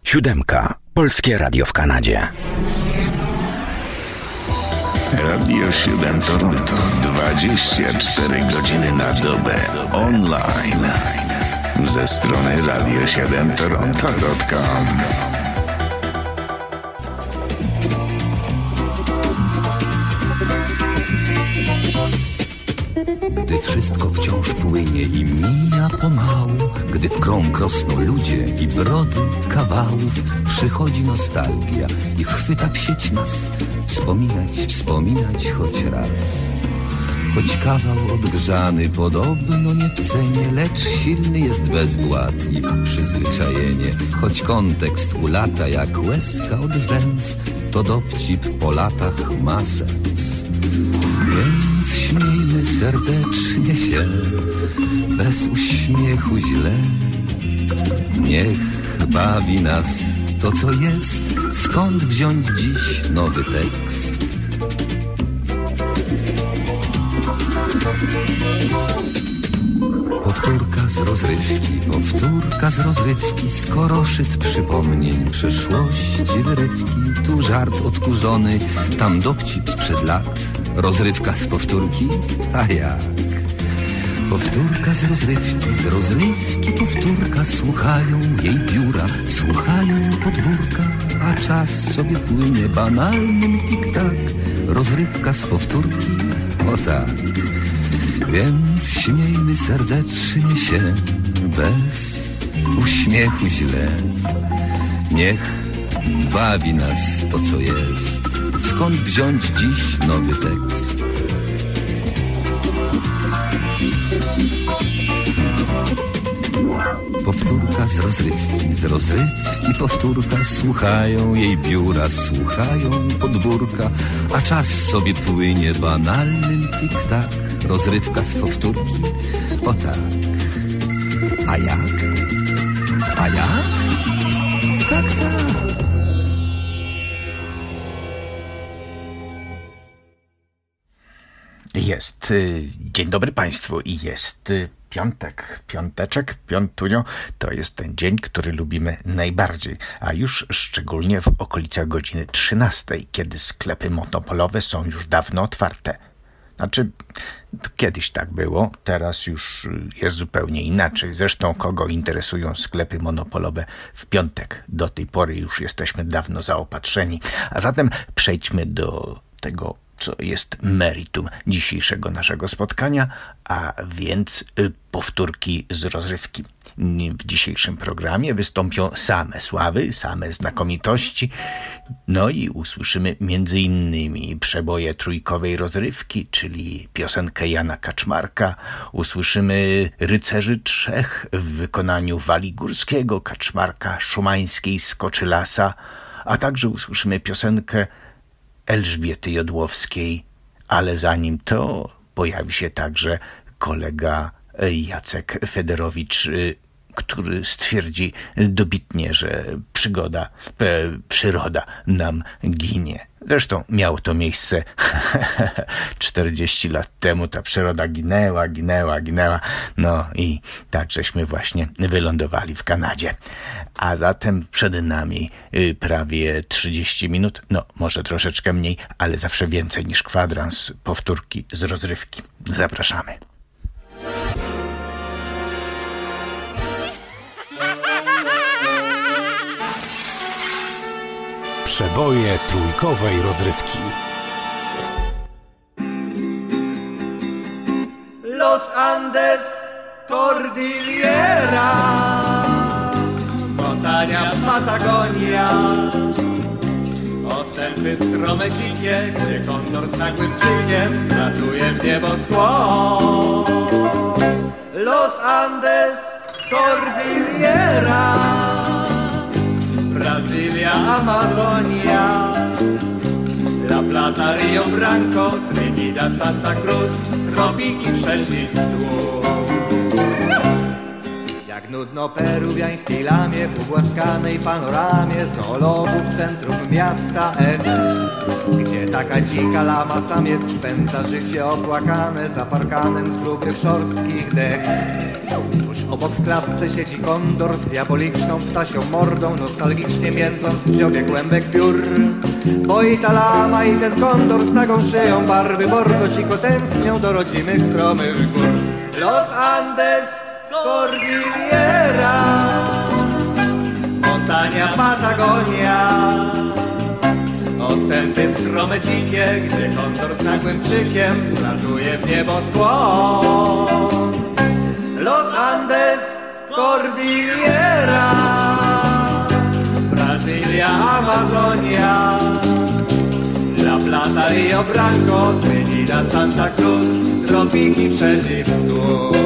7. Polskie Radio w Kanadzie. Radio 7 Toronto. 24 godziny na dobę. Online. Ze strony radio7toronto.com. Gdy wszystko wciąż płynie i mija pomału, gdy w krąg rosną ludzie i brody kawałów, przychodzi nostalgia i chwyta w sieć nas. Wspominać choć raz. Choć kawał odgrzany podobno nie w cenie, lecz silny jest bezwład i przyzwyczajenie. Choć kontekst ulata jak łezka od rzęs, to dowcip po latach ma sens. Więc śmiejmy serdecznie się, bez uśmiechu źle. Niech bawi nas to, co jest. Skąd wziąć dziś nowy tekst? Powtórka z rozrywki, skoro szyt przypomnień przyszłości wyrywki. Tu żart odkurzony, tam dowcip sprzed lat. Rozrywka z powtórki, a jak? Powtórka z rozrywki, powtórka. Słuchają jej biura, słuchają podwórka, a czas sobie płynie banalnym tik-tak. Rozrywka z powtórki, o tak. Więc śmiejmy serdecznie się, bez uśmiechu źle. Niech bawi nas to, co jest. Skąd wziąć dziś nowy tekst? Powtórka z rozrywki, powtórka. Słuchają jej biura, słuchają podwórka, a czas sobie płynie banalnym tik-tak. Rozrywka z powtórki, o tak. A jak? A jak? Tak, tak. Jest dzień dobry Państwu i jest piąteczek, piątunio. To jest ten dzień, który lubimy najbardziej, a już szczególnie w okolicach godziny 13, kiedy sklepy monopolowe są już dawno otwarte. Znaczy, kiedyś tak było, teraz już jest zupełnie inaczej. Zresztą kogo interesują sklepy monopolowe w piątek? Do tej pory już jesteśmy dawno zaopatrzeni. A zatem przejdźmy do tego, co jest meritum dzisiejszego naszego spotkania, a więc powtórki z rozrywki. W dzisiejszym programie wystąpią same sławy, same znakomitości, no i usłyszymy m.in. przeboje trójkowej rozrywki, czyli piosenkę Jana Kaczmarka, usłyszymy Rycerzy Trzech w wykonaniu Wali Górskiego, Kaczmarka, Szumańskiej, Skoczylasa, a także usłyszymy piosenkę Elżbiety Jodłowskiej, ale zanim to pojawi się także kolega Jacek Federowicz, który stwierdzi dobitnie, że przyroda nam ginie. Zresztą miało to miejsce 40 lat temu, ta przyroda ginęła. No i tak żeśmy właśnie wylądowali w Kanadzie. A zatem przed nami prawie 30 minut, no może troszeczkę mniej, ale zawsze więcej niż kwadrans powtórki z rozrywki. Zapraszamy. Przeboje trójkowej rozrywki. Los Andes, Cordillera, Montania, Patagonia, ostępy strome dzikie, gdzie kondor z nagłym krzykiem zlatuje w nieboskłon. Los Andes, Cordillera, Brazylia, Amazonia, La Plata, Rio Branco, Trinidad, Santa Cruz, tropiki wszeszli wzdłuż. Jak nudno peruwiańskiej lamie w ugłaskanej panoramie zoologu w centrum miasta, gdzie taka dzika lama samiec spędza życie opłakane za parkanem z grubych szorstkich dech. Tuż obok w klatce siedzi kondor z diaboliczną ptasią mordą, nostalgicznie międląc w dziobie kłębek piór. Bo i ta lama, i ten kondor z nagą szyją, barwy bordo cicho tęsknią do rodzimych stromych gór. Los Andes, Cordillera, Montania, Patagonia, ostępy strome dzikie, gdzie kondor z nagłym krzykiem zlatuje w niebo skłon. Los Andes, Cordillera, Brazylia, Amazonia, La Plata, Rio Branco, Trinidad, Santa Cruz, tropiki przeżyw wzdłuż.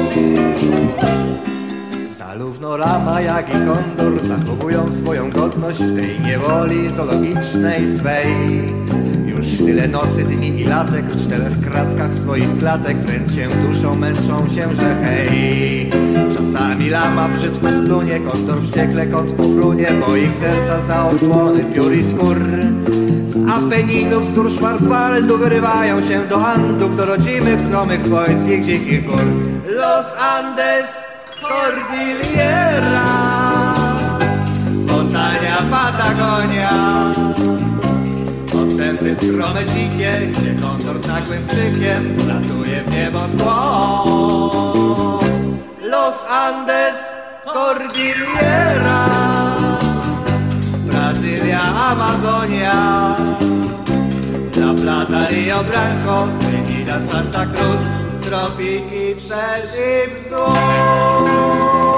Zarówno lama, jak i kondor zachowują swoją godność w tej niewoli zoologicznej swej. Już tyle nocy, dni i latek w 4 kratkach swoich klatek wręcz się duszą, męczą się, że hej. Czasami lama brzydko splunie, kondor wściekle kąt pofrunie, bo ich serca za osłony piór i skór. Z Apeninów wzdłuż Schwarzwaldu wyrywają się do Andów, do rodzimych, stromych, swojskich, dzikich gór. Los Andes, Cordillera, Montania, Patagonia, ostępy strome dzikie, gdzie kondor z nagłym krzykiem zlatuje w niebo skłon. Los Andes, Cordillera, Brazylia, Amazonia, La Plata, Rio Branco, Trinidad, Santa Cruz, tropiki wszerz i wzdłuż.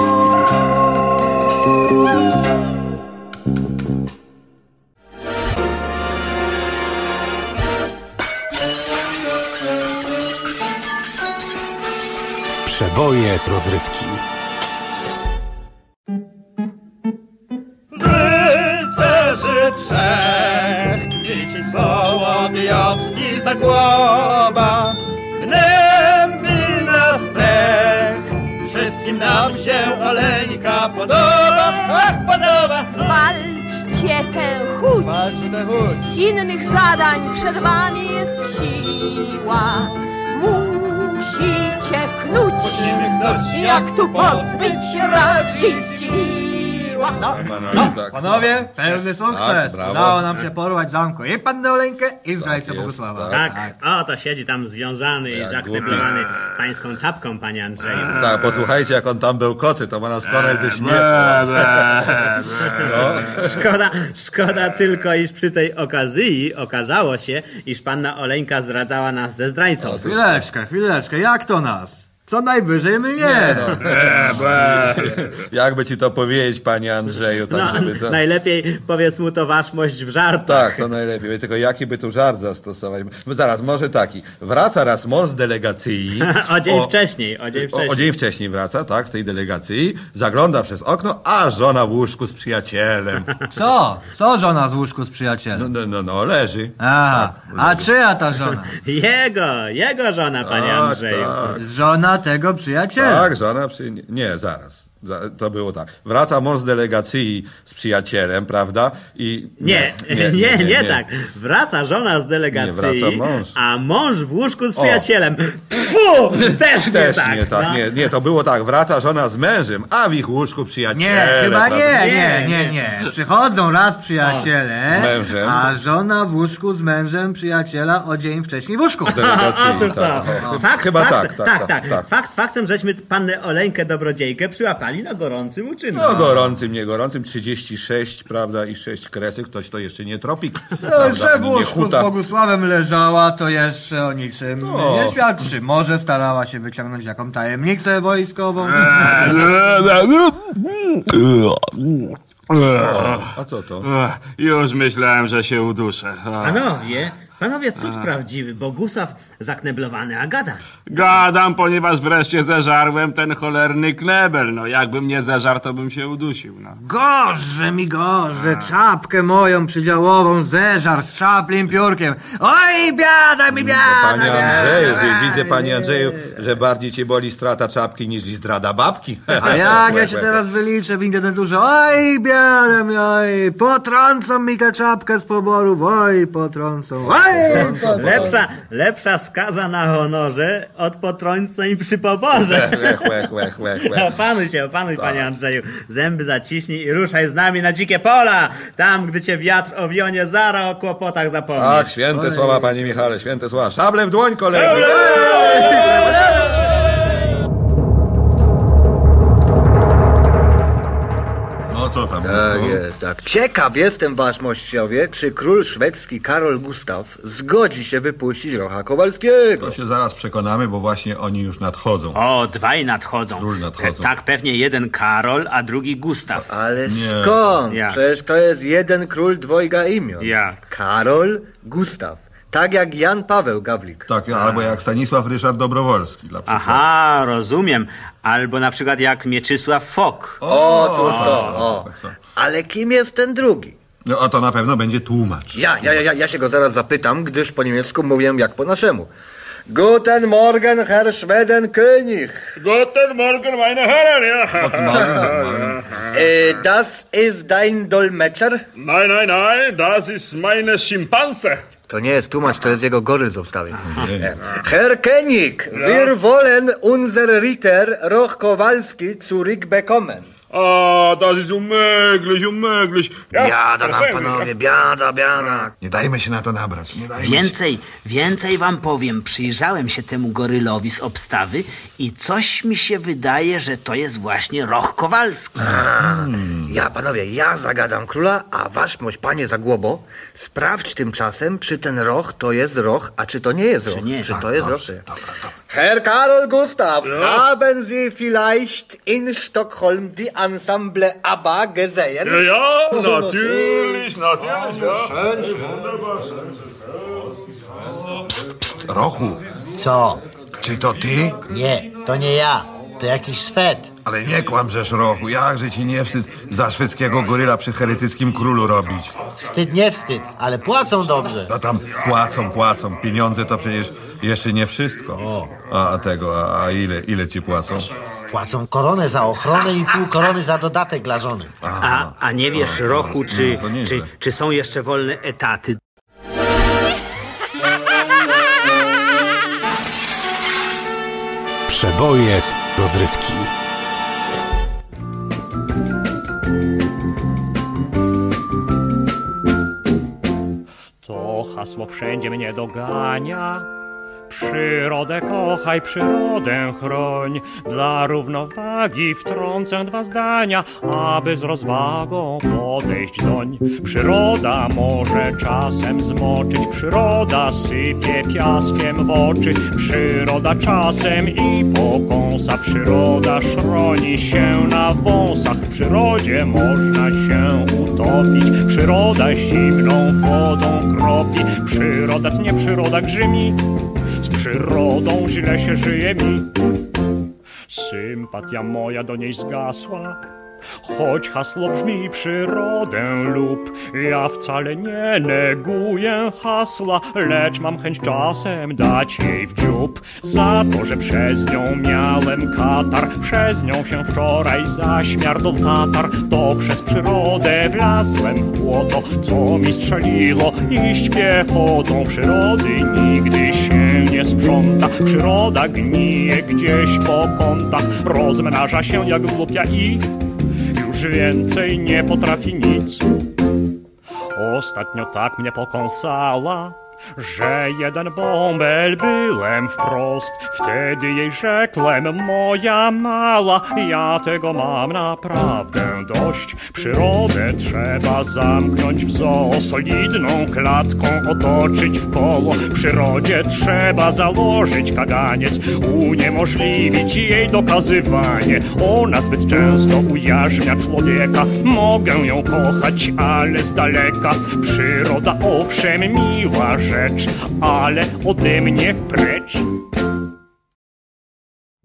Przeboje rozrywki. Rycerzy trzech, Kmicic, Wołodyjowski, Zagłoba, gnębi nas plech. Wszystkim nam się Oleńka podoba, ach, podoba. Zwalczcie tę chuć, innych zadań przed wami jest siła. Musicie knuć, jak tu pozbyć radziła. No, panowie, pełny sukces. Udało nam się porwać zamku i pannę Oleńkę, i zdrajcę Bogusława. Tak, oto siedzi tam związany i zakneblowany pańską czapką, panie Andrzeju. Tak, posłuchajcie, jak on tam bełkocy, to ma nas konać ze śmiechu. Szkoda tylko, iż przy tej okazji okazało się, iż panna Oleńka zdradzała nas ze zdrajcą. Chwileczkę, jak to nas? Co najwyżej my nie. Jakby ci to powiedzieć, panie Andrzeju, tak żeby to... Najlepiej powiedz mu to waszmość w żartach. Tak, to najlepiej. Tylko jaki by tu żart zastosować? Zaraz, może taki. Wraca raz mąż z delegacji. O dzień wcześniej wraca, tak, z tej delegacji. Zagląda przez okno, a żona w łóżku z przyjacielem. Co? Co żona z łóżku z przyjacielem? No, leży. Aha, a czyja ta żona? Jego żona, panie Andrzeju. Tak. Żona tego przyjaciela. Tak, żona Nie, zaraz. To było tak. Wraca mąż z delegacji z przyjacielem, prawda? I nie tak. Wraca żona z delegacji, wraca mąż. a mąż w łóżku z przyjacielem. Tfu! Też nie tak. Nie, to było tak. Wraca żona z mężem, a w ich łóżku przyjaciele. Nie, chyba prawda? nie. Przychodzą raz przyjaciele, mężem. a żona w łóżku z mężem przyjaciela o dzień wcześniej w łóżku. Otóż to. Tak. Fakt faktem, żeśmy pannę Oleńkę Dobrodziejkę przyłapali na gorącym uczynku. No gorącym, nie gorącym, 36, prawda, i 6 kresek, ktoś to jeszcze nie tropik. Że w łóżku z Bogusławem leżała, to jeszcze o niczym nie świadczy. Może starała się wyciągnąć jaką tajemnicę wojskową. A co to? Już myślałem, że się uduszę. Panowie, cud prawdziwy, Bogusław zakneblowany, a gada. Gadam, ponieważ wreszcie zeżarłem ten cholerny knebel. No, jakbym nie zeżarł, to bym się udusił. No. Gorze, czapkę moją przydziałową zeżar z czaplim piórkiem. Oj, biada mi, biada. Panie Andrzeju, widzę, panie Andrzeju, że bardziej cię boli strata czapki niż zdrada babki. A jak ja się teraz wyliczę w interneturze, oj, biada mi, oj, potrącą mi tę czapkę z poborów, oj, potrącą. Oj, Lepsza skaza na honorze od potrąceń przy poborze. Opanuj, panie Andrzeju. Zęby zaciśnij i ruszaj z nami na dzikie pola. Tam, gdy cię wiatr owionie, zara o kłopotach zapomnisz. Tak, święte słowa, panie Michale, święte słowa. Szable w dłoń, kolego. No co tam? Tak. Ciekaw jestem, wasz mościowie, czy król szwedzki Karol Gustaf zgodzi się wypuścić Rocha Kowalskiego. To się zaraz przekonamy, bo właśnie oni już nadchodzą. O, dwaj nadchodzą. Król nadchodzą. Tak, pewnie jeden Karol, a drugi Gustaf. Ale skąd? Jak? Przecież to jest jeden król, dwojga imion. Jak? Karol Gustaf. Tak jak Jan Paweł Gawlik. Tak, albo jak Stanisław Ryszard Dobrowolski dla przykładu. Aha, rozumiem. Albo na przykład jak Mieczysław Fok. Ale kim jest ten drugi? No, a to na pewno będzie tłumacz. Ja się go zaraz zapytam, gdyż po niemiecku mówię jak po naszemu. Guten Morgen, Herr Schwedenkönig. Guten Morgen, meine Herren. Das ist dein Dolmetscher? Nein, das ist meine Schimpanse. To nie jest tłumacz, to jest jego goryl z obstawy. Herr König, wir wollen unser Ritter Roch Kowalski zurückbekommen. Das ist unmöglich. Biada nam, panowie, biada. Nie dajmy się na to nabrać. Więcej wam powiem. Przyjrzałem się temu gorylowi z obstawy i coś mi się wydaje, że to jest właśnie Roch Kowalski. Panowie, ja zagadam króla, a wasz mość, panie Zagłobo, sprawdź tymczasem, czy ten Roch to jest Roch, a czy to nie jest Roch. Czy to jest Roch. Herr Karol Gustaf, haben Sie vielleicht in Stockholm die Ensemble ABBA gesehen? Ja, natürlich, ja. Psst, Rochu. Co? Czy to ty? Nie, to nie ja. To jakiś Szwed. Ale nie kłamżesz, Rochu. Jakże ci nie wstyd za szwedzkiego goryla przy heretyckim królu robić? Wstyd, nie wstyd, ale płacą dobrze. No tam płacą. Pieniądze to przecież jeszcze nie wszystko. A ile ci płacą? Płacą koronę za ochronę i pół korony za dodatek dla żony. A nie wiesz, Rochu, czy są jeszcze wolne etaty? Przeboje rozrywki. To hasło wszędzie mnie dogania. Przyrodę kochaj, przyrodę chroń. Dla równowagi wtrącę dwa zdania, aby z rozwagą podejść doń. Przyroda może czasem zmoczyć, przyroda sypie piaskiem w oczy. Przyroda czasem i pokąsa, przyroda szroni się na wąsach. W przyrodzie można się utopić, przyroda zimną wodą kropi. Przyroda tnie, przyroda grzymi, z przyrodą źle się żyje mi. Sympatia moja do niej zgasła, choć hasło brzmi przyrodę lub. Ja wcale nie neguję hasła, lecz mam chęć czasem dać jej w dziób. Za to, że przez nią miałem katar, przez nią się wczoraj zaśmiardł katar. To przez przyrodę wlazłem w błoto, co mi strzeliło iść piechotą. Przyrody nigdy się nie sprząta, przyroda gnije gdzieś po kątach. Rozmnaża się jak głupia i już więcej nie potrafi nic. Ostatnio tak mnie pokąsała, że jeden bąbel byłem wprost. Wtedy jej rzekłem, moja mała, ja tego mam naprawdę dość. Przyrodę trzeba zamknąć w zoo, solidną klatką otoczyć w koło. Przyrodzie trzeba założyć kaganiec, uniemożliwić jej dokazywanie. Ona zbyt często ujarzmia człowieka, mogę ją kochać, ale z daleka. Przyroda owszem miła rzecz, ale ode mnie precz.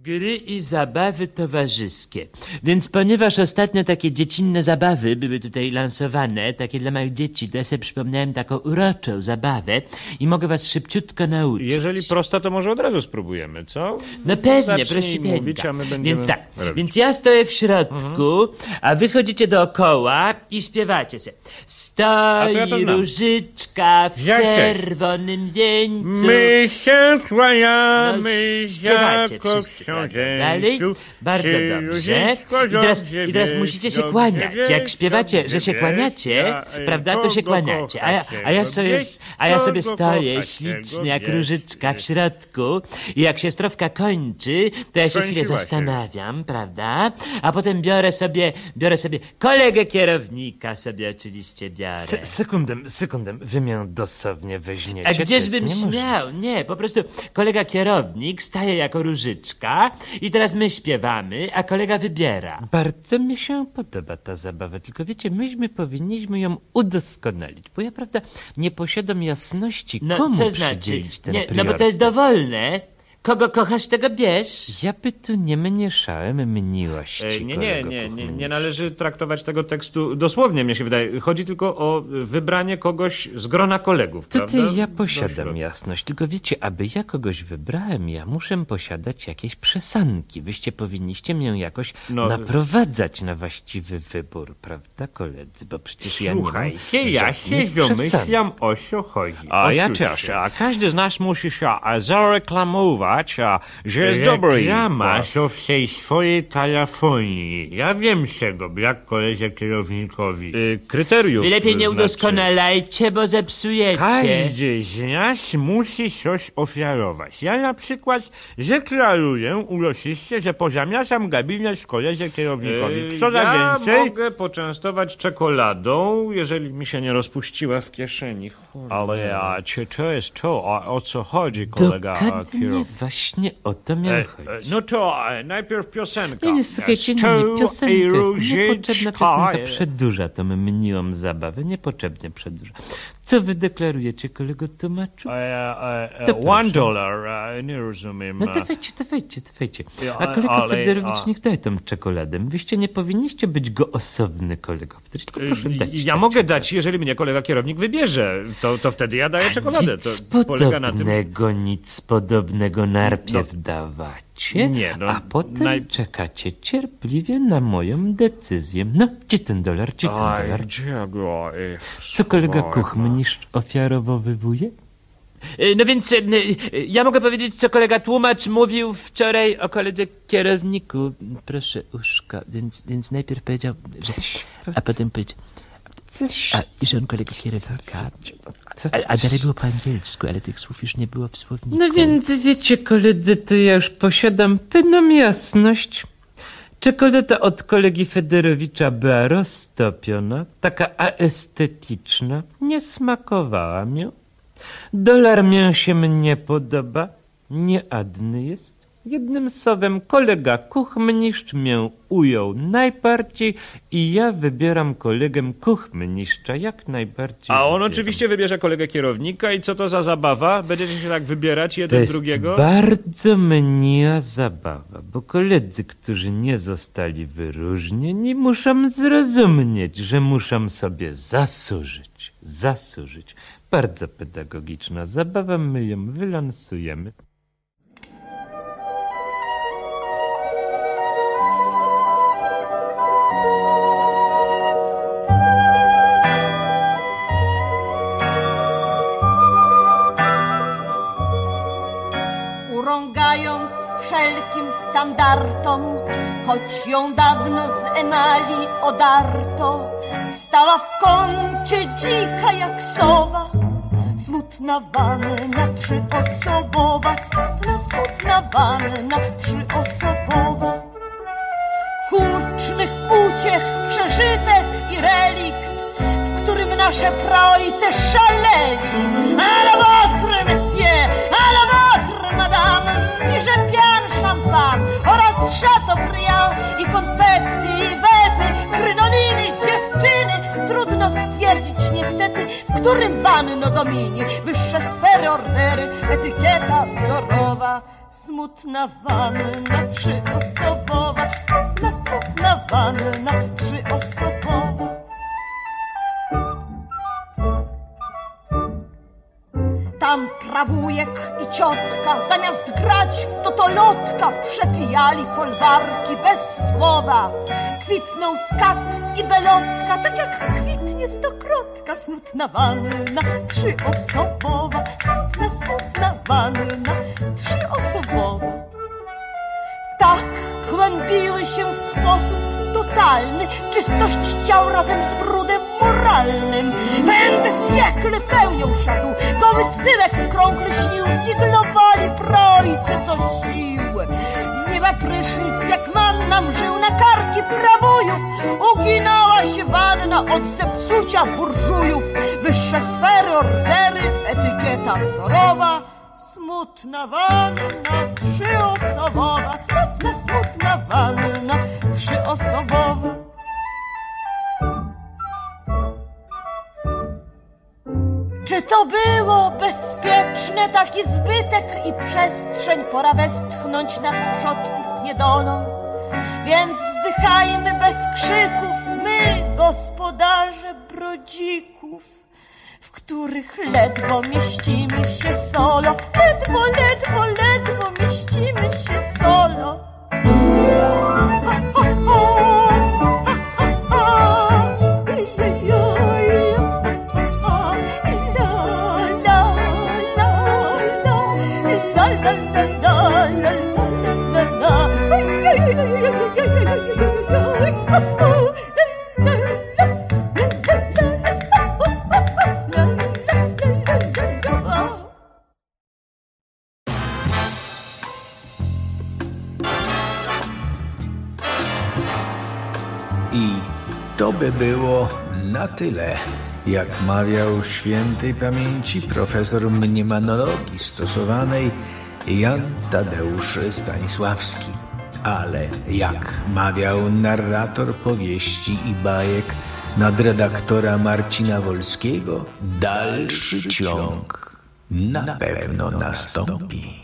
Gry i zabawy towarzyskie. Więc ponieważ ostatnio takie dziecinne zabawy były tutaj lansowane, takie dla małych dzieci, to ja sobie przypomniałem taką uroczą zabawę i mogę was szybciutko nauczyć. Jeżeli prosta, to może od razu spróbujemy, co? No pewnie, Zacznij prościuteńka. mówić, a my będziemy Więc tak, robić. więc ja stoję w środku, a wy chodzicie dookoła i śpiewacie se. Stoi ja to znam. różyczka w Jasiek. czerwonym wieńcu. My się kłaniamy, śpiewacie jako wszyscy, prawda? książęciu. Dalej, bardzo dobrze. I teraz musicie się kłaniać. Jak śpiewacie, że się kłaniacie, prawda, to się kłaniacie. A ja sobie stoję ślicznie jak różyczka w środku i jak się strofka kończy, to ja się chwilę zastanawiam, prawda? A potem biorę sobie kolegę kierownika sobie oczywiście biorę. Sekundę, wy mnie dosłownie weźmiecie. A gdzieżbym śmiał? Nie, po prostu kolega kierownik staje jako różyczka i teraz my śpiewamy, a kolega wybiera. Bardzo mi się podoba ta zabawa, tylko wiecie, myśmy powinniśmy ją udoskonalić, bo ja, prawda, nie posiadam jasności, komu co znaczy? przydzielić ten Nie, priorytet. no bo to jest dowolne. Kogo kochasz, tego bierz. Ja by tu nie mniejszałem miłości. Nie należy traktować tego tekstu dosłownie, mnie się wydaje. Chodzi tylko o wybranie kogoś z grona kolegów, prawda? Tutaj ja posiadam jasność, tylko wiecie, aby ja kogoś wybrałem, ja muszę posiadać jakieś przesanki. Wyście powinniście mnie jakoś naprowadzać na właściwy wybór, prawda, koledzy? Bo przecież ja nie mam ja się wymyślam, o co chodzi. A ja też, a każdy z nas musi się zareklamować, że jest dobry. Reklama to w tej swojej telefonii. Ja wiem czego, jak koledze kierownikowi. Kryteriów. Wy lepiej nie udoskonalajcie, bo zepsujecie. Każdy z nas musi coś ofiarować. Ja na przykład deklaruję uroczyście, że pozamiatam gabinet koledze kierownikowi. Co za więcej? Ja mogę poczęstować czekoladą, jeżeli mi się nie rozpuściła w kieszeni. Ale czy to jest to, o co chodzi, kolega kierownik? Właśnie o to miałem chodzić. No to najpierw piosenka. Nie, słuchajcie, piosenka jest niepotrzebna piosenka. Przedłuża tą mniłą zabawę, niepotrzebnie przedłuża. Co wy deklarujecie, kolego tłumaczu? $1, nie rozumiem. No dawajcie. A kolega Federowicz niech daje tą czekoladę. Wyście nie powinniście być go osobny, kolego. Tylko proszę dać. Ja mogę dać, jeżeli mnie kolega kierownik wybierze. To wtedy ja daję czekoladę. To polega na tym. Nic podobnego najpierw dawacie, a potem czekacie cierpliwie na moją decyzję. No, gdzie ten dolar? Co kolega Kuchmniszcz ofiarowywuje? No więc ja mogę powiedzieć, co kolega tłumacz mówił wczoraj o koledze kierowniku. Proszę, uszka. Więc najpierw powiedział, że... A potem powiedział... że on kolega kierownika. A dalej było po angielsku, ale tych słów już nie było w słowniku. No więc wiecie, koledzy, to ja już posiadam pewną jasność. Czekolada od kolegi Federowicza była roztopiona, taka aestetyczna, nie smakowała mi. Dolar mię się nie podoba, nieadny jest. Jednym słowem, kolega Kuchmniszcz mię ujął najbardziej i ja wybieram kolegę Kuchmniszcza jak najbardziej. A on oczywiście wybierze kolegę kierownika i co to za zabawa? Będziecie się tak wybierać jeden drugiego? To jest bardzo mnia zabawa, bo koledzy, którzy nie zostali wyróżnieni, muszą zrozumieć, że muszą sobie zasłużyć. Bardzo pedagogiczna zabawa, my ją wylansujemy. Urągając wszelkim standardom, choć ją dawno z emali odarto, stała w kącie dzika jak sowa, smutna wanna trzyosobowa, smutna wanna trzyosobowa. Hucznych uciech przeżytek i relikt, w którym nasze praojce szaleli. A la votre, monsieur, a la votre, madame, zbliże pian szampan oraz Chateaubriand i konfetti, wety, krynoliny, dziewczyny. Trudno stwierdzić niestety, w którym wanno domini, wyższe sfery, ordery, etykieta wzorowa. Smutna wanna trzyosobowa, smutna wanna trzyosobowa. Tam prawujek i ciotka zamiast grać w totolotka przepijali folwarki bez słowa. Kwitną skat i belotka, tak jak kwitnie stokrotka. Smutna wanna trzyosobowa, smutna wanna trzyosobowa. Tak kłębiły się w sposób totalny czystość ciał razem z brudem moralnym. Wędy siekle pełnią szatu, goły syłek w krąg lśnił, figlowali brojce co siły. Z nieba prysznic jak manna mżył na karki prawojów, uginała się wanna od zepsucia burżujów. Wyższe sfery, ordery, etykieta wzorowa. Smutna wanna trzyosobowa, smutna wanna trzyosobowa. Czy to było bezpieczne, taki zbytek i przestrzeń? Pora westchnąć nas przodków niedolą, więc wzdychajmy bez krzyków, my, gospodarze brodzików, w których ledwo mieścimy się solo, ledwo mieścimy się solo. I to by było na tyle, jak mawiał świętej pamięci profesor mniemanologii stosowanej Jan Tadeusz Stanisławski. Ale jak mawiał narrator powieści i bajek nadredaktora Marcina Wolskiego, dalszy ciąg na pewno nastąpi.